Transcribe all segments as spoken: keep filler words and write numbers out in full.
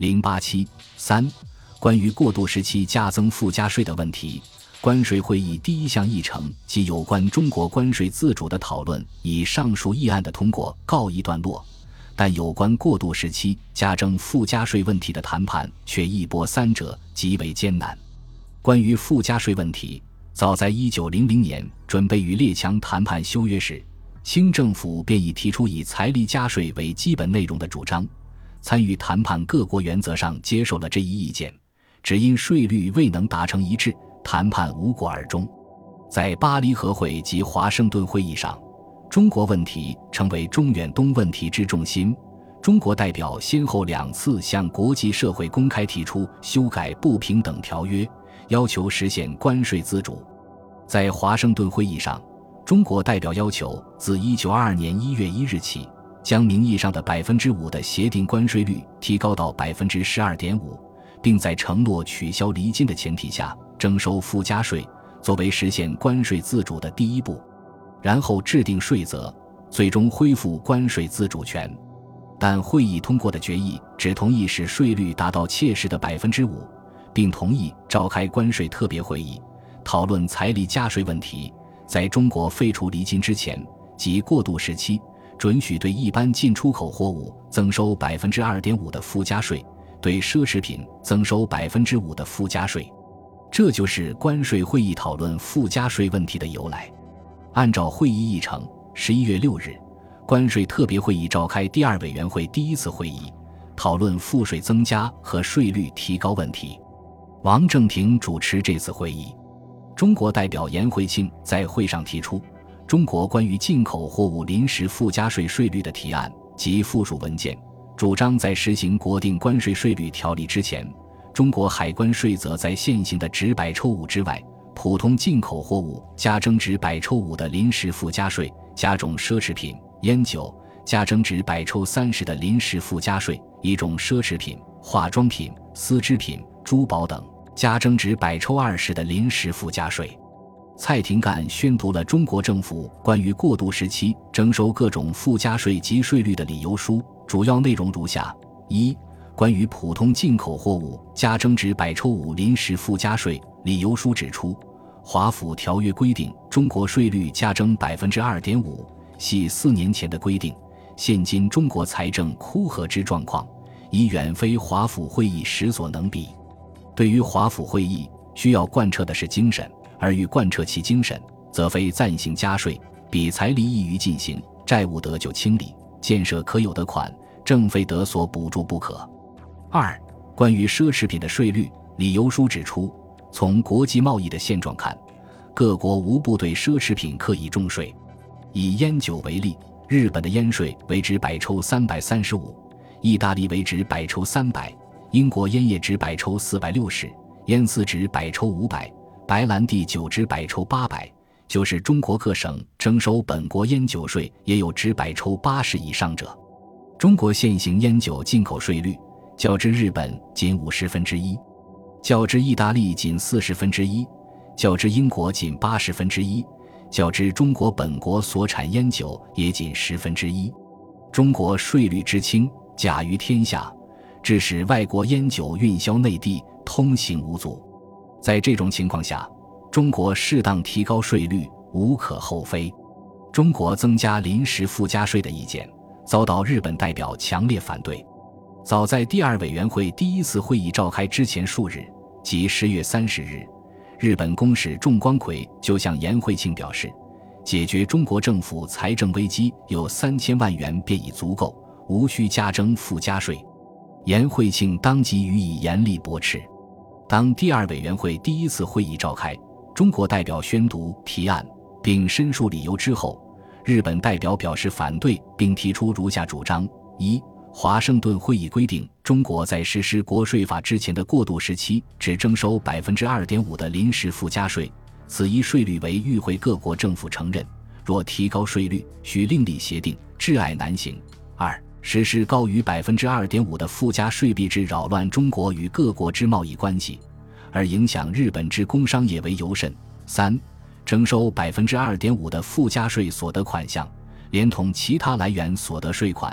零八七。三、关于过渡时期加增附加税的问题，关税会议第一项议程及有关中国关税自主的讨论以上述议案的通过告一段落，但有关过渡时期加征附加税问题的谈判却一波三折，极为艰难。关于附加税问题，早在一九零零年准备与列强谈判修约时，清政府便已提出以财力加税为基本内容的主张。参与谈判各国原则上接受了这一意见，只因税率未能达成一致，谈判无果而终。在巴黎和会及华盛顿会议上，中国问题成为中远东问题之重心。中国代表先后两次向国际社会公开提出修改不平等条约，要求实现关税自主。在华盛顿会议上，中国代表要求自一九二二年一月一日起，将名义上的 百分之五 的协定关税率提高到 百分之十二点五， 并在承诺取消厘金的前提下征收附加税，作为实现关税自主的第一步。然后制定税则，最终恢复关税自主权。但会议通过的决议只同意使税率达到切实的 百分之五， 并同意召开关税特别会议，讨论财力加税问题。在中国废除厘金之前，即过渡时期，准许对一般进出口货物增收 百分之二点五 的附加税，对奢侈品增收 百分之五 的附加税。这就是关税会议讨论附加税问题的由来。按照会议议程，十一月六日，关税特别会议召开第二委员会第一次会议，讨论赋税增加和税率提高问题。王正廷主持这次会议。中国代表颜惠庆在会上提出中国关于进口货物临时附加税税率的提案及附属文件，主张在实行国定关税税率条例之前，中国海关税则在现行的值百抽五之外，普通进口货物加征值百抽五的临时附加税，加种奢侈品、烟酒加征值百抽三十的临时附加税，一种奢侈品、化妆品、丝织品、珠宝等加征值百抽二十的临时附加税。蔡廷干宣读了中国政府关于过渡时期征收各种附加税及税率的理由书，主要内容如下：一、关于普通进口货物加征值百抽五临时附加税，理由书指出，华府条约规定中国税率加征 百分之二点五， 系四年前的规定，现今中国财政枯涸之状况已远非华府会议时所能比。对于华府会议需要贯彻的是精神，而欲贯彻其精神，则非暂行加税，比财力易于进行，债务得就清理，建设可有的款，政费得所补助不可。二、关于奢侈品的税率，理由书指出，从国际贸易的现状看，各国无不对奢侈品课以重税。以烟酒为例，日本的烟税为值百抽三百三十五，意大利为值百抽三百，英国烟叶值百抽四百六十，烟丝值百抽五百，白兰地酒值百抽八百。就是中国各省征收本国烟酒税也有值百抽八十以上者。中国现行烟酒进口税率较之日本仅五十分之一，较之意大利仅四十分之一，较之英国仅八十分之一，较之中国本国所产烟酒也仅十分之一。中国税率之轻，甲于天下，致使外国烟酒运销内地通行无阻。在这种情况下，中国适当提高税率无可厚非。中国增加临时附加税的意见遭到日本代表强烈反对。早在第二委员会第一次会议召开之前数日，即十月三十日，日本公使重光葵就向颜惠庆表示，解决中国政府财政危机有三千万元便已足够，无需加征附加税。颜惠庆当即予以严厉驳斥。当第二委员会第一次会议召开，中国代表宣读提案并申述理由之后，日本代表表示反对，并提出如下主张：一、华盛顿会议规定，中国在实施国税法之前的过渡时期只征收 百分之二点五 的临时附加税，此一税率为与会各国政府承认，若提高税率，需另立协定，窒碍难行。二、实施高于 百分之二点五 的附加税必致扰乱中国与各国之贸易关系，而影响日本之工商业为尤甚。三、征收 百分之二点五 的附加税所得款项，连同其他来源所得税款，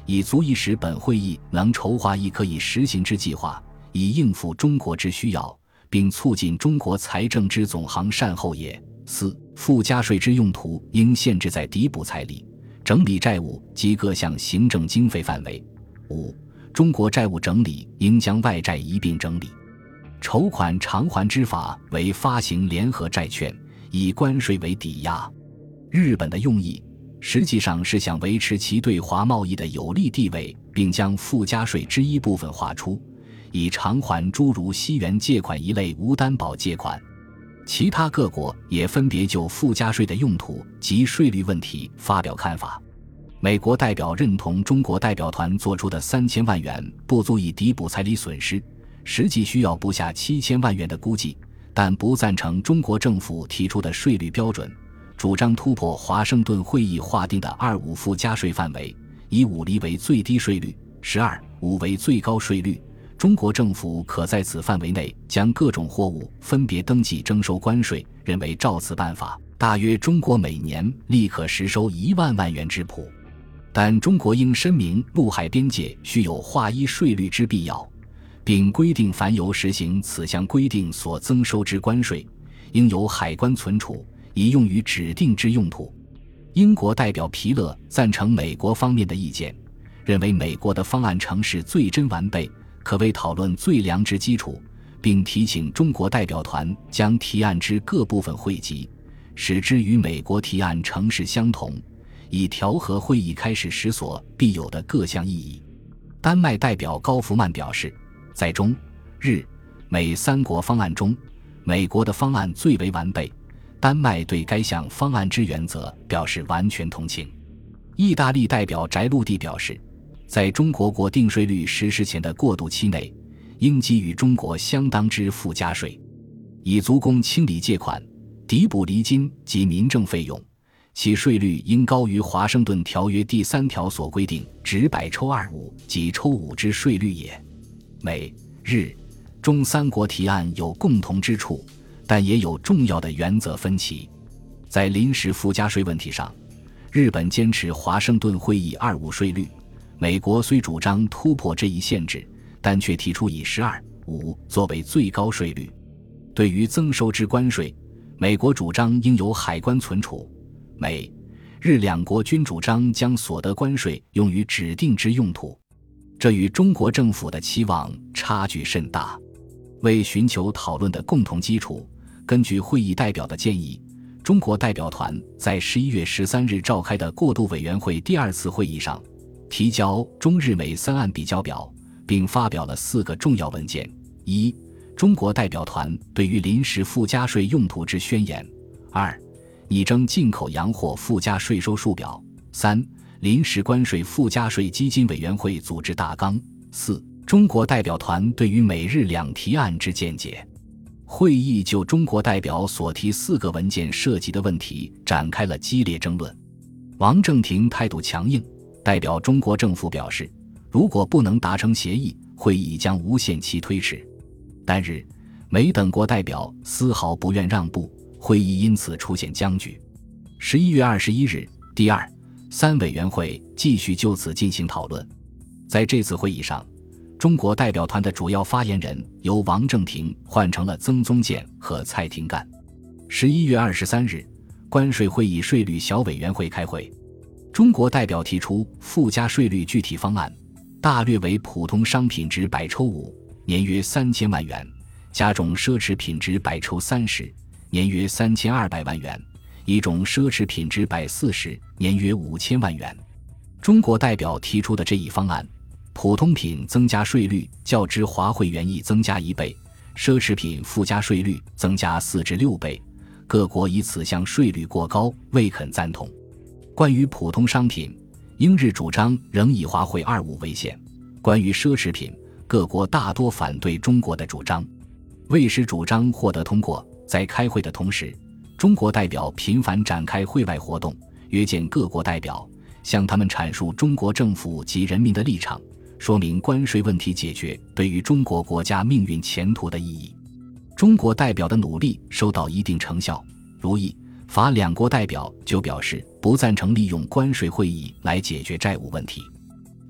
以足以使本会议能筹划一可以实行之计划，以应付中国之需要，并促进中国财政之总行善后也。四、附加税之用途应限制在抵补财力、整理债务及各项行政经费范围。五、中国债务整理应将外债一并整理。筹款偿还之法为发行联合债券，以关税为抵押。日本的用意实际上是想维持其对华贸易的有利地位，并将附加税之一部分划出，以偿还诸如西元借款一类无担保借款。其他各国也分别就附加税的用途及税率问题发表看法。美国代表认同中国代表团做出的三千万元不足以抵补彩礼损失，实际需要不下七千万元的估计，但不赞成中国政府提出的税率标准，主张突破华盛顿会议划定的二五附加税范围，以五厘为最低税率，十二五为最高税率。中国政府可在此范围内将各种货物分别登记征收关税，认为照此办法，大约中国每年立可实收一万万元之谱。但中国应申明陆海边界须有划一税率之必要，并规定凡由实行此项规定所增收之关税，应由海关存储，以用于指定之用途。英国代表皮勒赞成美国方面的意见，认为美国的方案程式最臻完备，可为讨论最良之基础，并提请中国代表团将提案之各部分汇集，使之与美国提案程式相同，以调和会议开始时所必有的各项意义。丹麦代表高福曼表示，在中、日、美三国方案中，美国的方案最为完备，丹麦对该项方案之原则表示完全同情。意大利代表翟陆地表示，在中国国定税率实施前的过渡期内，应给予中国相当之附加税，以足供清理借款、抵补厘金及民政费用。其税率应高于华盛顿条约第三条所规定只百抽二五及抽五之税率也。美、日、中三国提案有共同之处，但也有重要的原则分歧。在临时附加税问题上，日本坚持华盛顿会议二五税率，美国虽主张突破这一限制，但却提出以十二、五作为最高税率。对于增收之关税，美国主张应由海关存储，美、日两国均主张将所得关税用于指定之用途，这与中国政府的期望差距甚大。为寻求讨论的共同基础，根据会议代表的建议，中国代表团在十一月十三日召开的过渡委员会第二次会议上提交中日美三案比较表，并发表了四个重要文件：一、中国代表团对于临时附加税用途之宣言；二、拟征进口洋货附加税收述表；三、临时关税附加税基金委员会组织大纲；四、中国代表团对于美日两提案之见解。会议就中国代表所提四个文件涉及的问题展开了激烈争论。王正廷态度强硬，代表中国政府表示，如果不能达成协议，会议将无限期推迟。但日、美等国代表丝毫不愿让步，会议因此出现僵局。十一月二十一日，第二、三委员会继续就此进行讨论。在这次会议上，中国代表团的主要发言人由王正廷换成了曾宗鉴和蔡廷干。十一月二十三日，关税会议税率小委员会开会，中国代表提出附加税率具体方案，大略为普通商品值百抽五，年约三千万元；加种奢侈品值百抽三十，年约三千二百万元；一种奢侈品值百四十，年约五千万元。中国代表提出的这一方案，普通品增加税率较之华会原意增加一倍，奢侈品附加税率增加四至六倍，各国以此项税率过高，未肯赞同。关于普通商品，英日主张仍以华会二五为限；关于奢侈品，各国大多反对中国的主张。为使主张获得通过，在开会的同时，中国代表频繁展开会外活动，约见各国代表，向他们阐述中国政府及人民的立场，说明关税问题解决对于中国国家命运前途的意义。中国代表的努力收到一定成效，如意、法两国代表就表示不赞成利用关税会议来解决债务问题。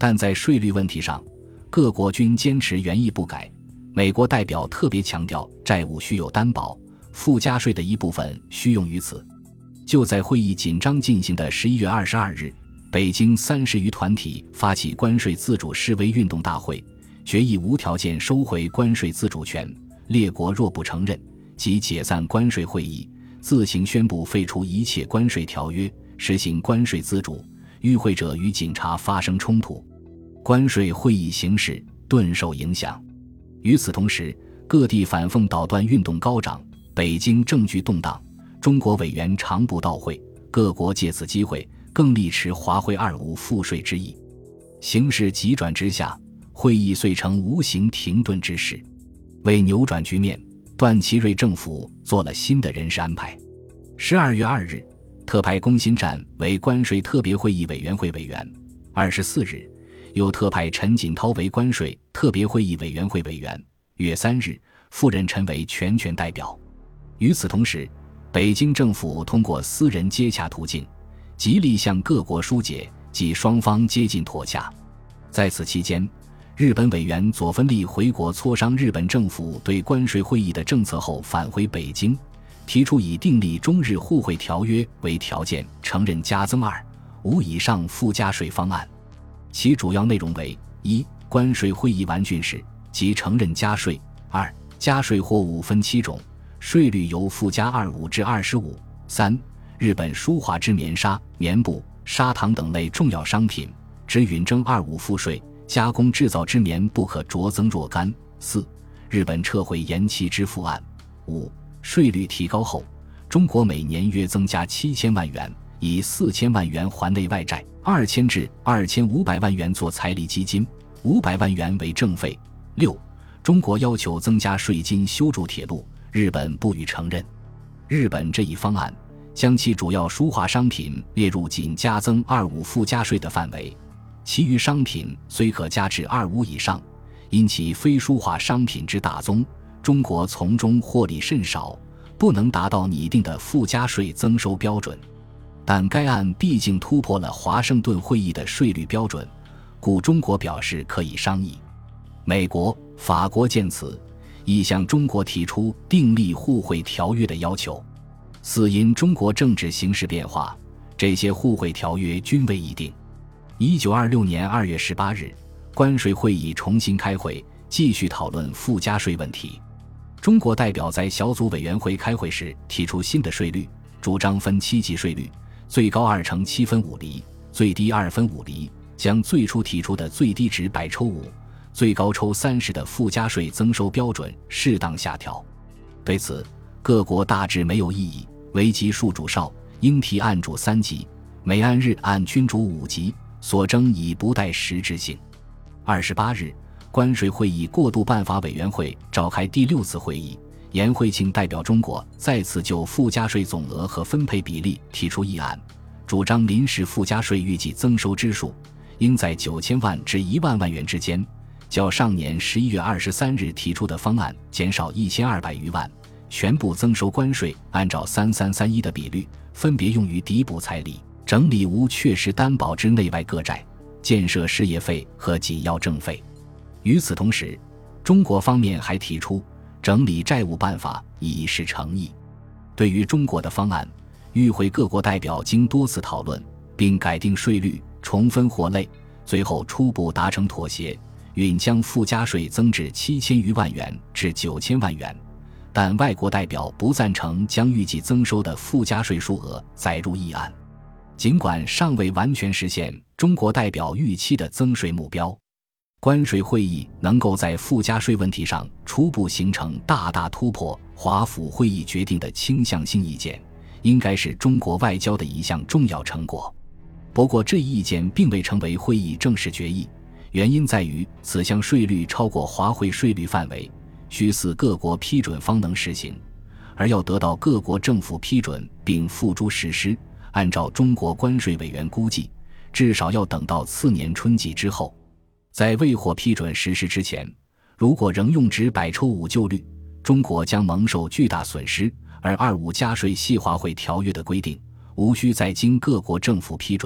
但在税率问题上，各国均坚持原意不改。美国代表特别强调债务须有担保，附加税的一部分需用于此。就在会议紧张进行的十一月二十二日，北京三十余团体发起关税自主示威运动大会，决议无条件收回关税自主权，列国若不承认，即解散关税会议，自行宣布废除一切关税条约，实行关税自主，与会者与警察发生冲突，关税会议形势顿受影响。与此同时，各地反奉捣断运动高涨，北京政局动荡，中国委员常不到会，各国借此机会更力持华会二五赋税之意。形势急转直下，会议遂成无形停顿之势。为扭转局面，段祺瑞政府做了新的人事安排。十二月二日，特派龚新湛为关税特别会议委员会委员。二十四日，又特派陈锦涛为关税特别会议委员会委员。月三日，复任陈为全权代表。与此同时，北京政府通过私人接洽途径，极力向各国疏解，即双方接近妥洽。在此期间，日本委员佐芬利回国磋商日本政府对关税会议的政策后返回北京，提出以订立中日互惠条约为条件承认加增二五以上附加税方案。其主要内容为：一、关税会议完竣时即承认加税；二、加税货物分七种，税率由附加二五至二十五；三、日本舒华织棉纱、棉布、砂糖等类重要商品只允征二五赋税，加工制造之棉不可着增若干；四、日本撤回延期支付案；五、税率提高后，中国每年约增加七千万元，以四千万元还内外债，二千至二千五百万元做财力基金，五百万元为政费。六、中国要求增加税金修筑铁路，日本不予承认。日本这一方案将其主要输华商品列入仅加增二五附加税的范围，其余商品虽可加至二五以上，因其非输华商品之大宗，中国从中获利甚少，不能达到拟定的附加税增收标准。但该案毕竟突破了华盛顿会议的税率标准，故中国表示可以商议。美国、法国见此，亦向中国提出订立互惠条约的要求。四、因中国政治形势变化，这些互惠条约均未议定。一九二六年二月十八日，关税会议重新开会，继续讨论附加税问题。中国代表在小组委员会开会时提出新的税率，主张分七级税率，最高二乘七分五厘，最低二分五厘，将最初提出的最低值百抽五、最高抽三十的附加税增收标准适当下调。对此，各国大致没有异议，唯级数主少，应提按主三级，每按日按均主五级，所争已不带实质性。二十八日，关税会议过渡办法委员会召开第六次会议，颜惠庆代表中国再次就附加税总额和分配比例提出议案，主张临时附加税预计增收支数应在九千万至一万万元之间，较上年十一月二十三日提出的方案减少一千二百余万，全部增收关税按照三三三一的比率，分别用于抵补彩礼、整理无确实担保之内外各债、建设事业费和紧要政费。与此同时，中国方面还提出整理债务办法，以示诚意。对于中国的方案，与会各国代表经多次讨论，并改定税率，重分货类，最后初步达成妥协，允将附加税增至七千余万元至九千万元，但外国代表不赞成将预计增收的附加税数额载入议案。尽管尚未完全实现中国代表预期的增税目标，关税会议能够在附加税问题上初步形成大大突破华府会议决定的倾向性意见，应该是中国外交的一项重要成果。不过这一意见并未成为会议正式决议，原因在于此项税率超过华会税率范围，需似各国批准方能实行，而要得到各国政府批准并付诸实施，按照中国关税委员估计，至少要等到次年春季之后。在未获批准实施之前，如果仍用之百抽五旧率，中国将蒙受巨大损失，而二五加税系华会条约的规定，无需再经各国政府批准，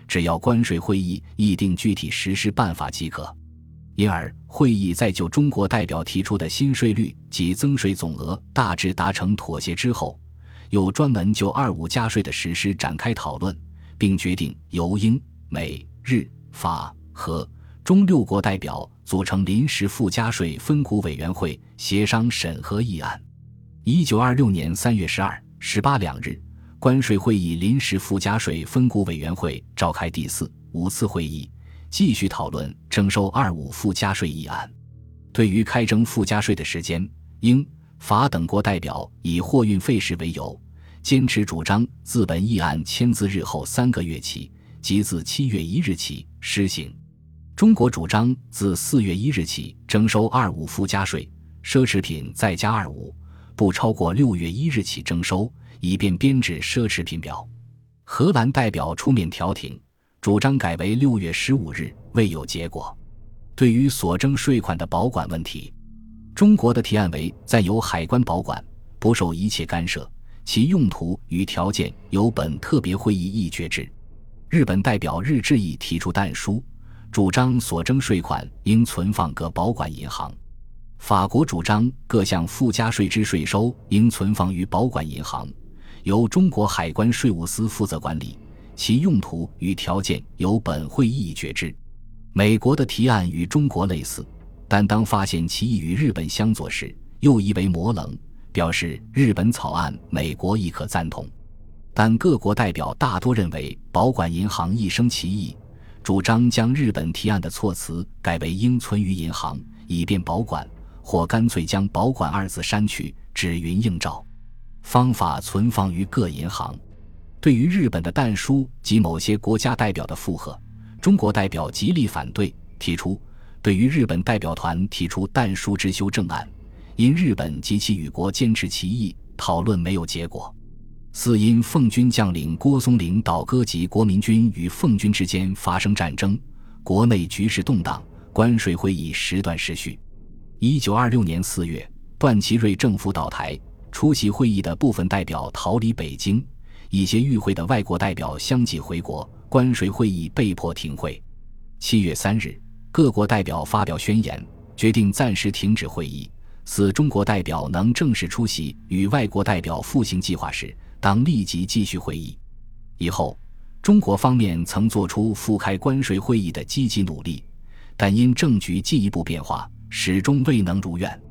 只要关税会议议定具体实施办法即可。因而会议在就中国代表提出的新税率及增税总额大致达成妥协之后，又专门就二五加税的实施展开讨论，并决定由英、美、日、法、和、中六国代表组成临时附加税分股委员会协商审核议案。一九二六年三月十二、十八两日，关税会议临时附加税分股委员会召开第四、五次会议，继续讨论征收二五附加税议案。对于开征附加税的时间，英、法等国代表以货运费时为由，坚持主张自本议案签字日后三个月起，即自七月一日起施行。中国主张自四月一日起征收二五附加税，奢侈品再加二五，不超过六月一日起征收，以便编制奢侈品表。荷兰代表出面调停，主张改为六月十五日，未有结果。对于所征税款的保管问题，中国的提案为暂由海关保管，不受一切干涉，其用途与条件由本特别会议议决之。日本代表日志义提出但书，主张所征税款应存放各保管银行。法国主张各项附加税之税收应存放于保管银行，由中国海关税务司负责管理，其用途与条件由本会议议决之。美国的提案与中国类似，但当发现其意与日本相左时，又疑为模棱，表示日本草案美国亦可赞同。但各国代表大多认为保管银行一生其意，主张将日本提案的措辞改为应存于银行，以便保管，或干脆将保管二字删去，只云应照，方法存放于各银行。对于日本的但书及某些国家代表的附和，中国代表极力反对，提出对于日本代表团提出但书之修正案，因日本及其与国坚持其意，讨论没有结果。四因奉军将领郭松龄倒戈及国民军与奉军之间发生战争，国内局势动荡，关税会议时断时续。一九二六年四月，段祺瑞政府倒台，出席会议的部分代表逃离北京，一些与会的外国代表相继回国，关税会议被迫停会。七月三日，各国代表发表宣言，决定暂时停止会议，使中国代表能正式出席与外国代表复行计划时，当立即继续会议。以后，中国方面曾做出复开关税会议的积极努力，但因政局进一步变化，始终未能如愿。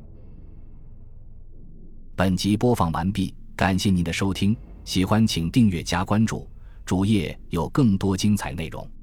本集播放完毕，感谢您的收听，喜欢请订阅加关注，主页有更多精彩内容。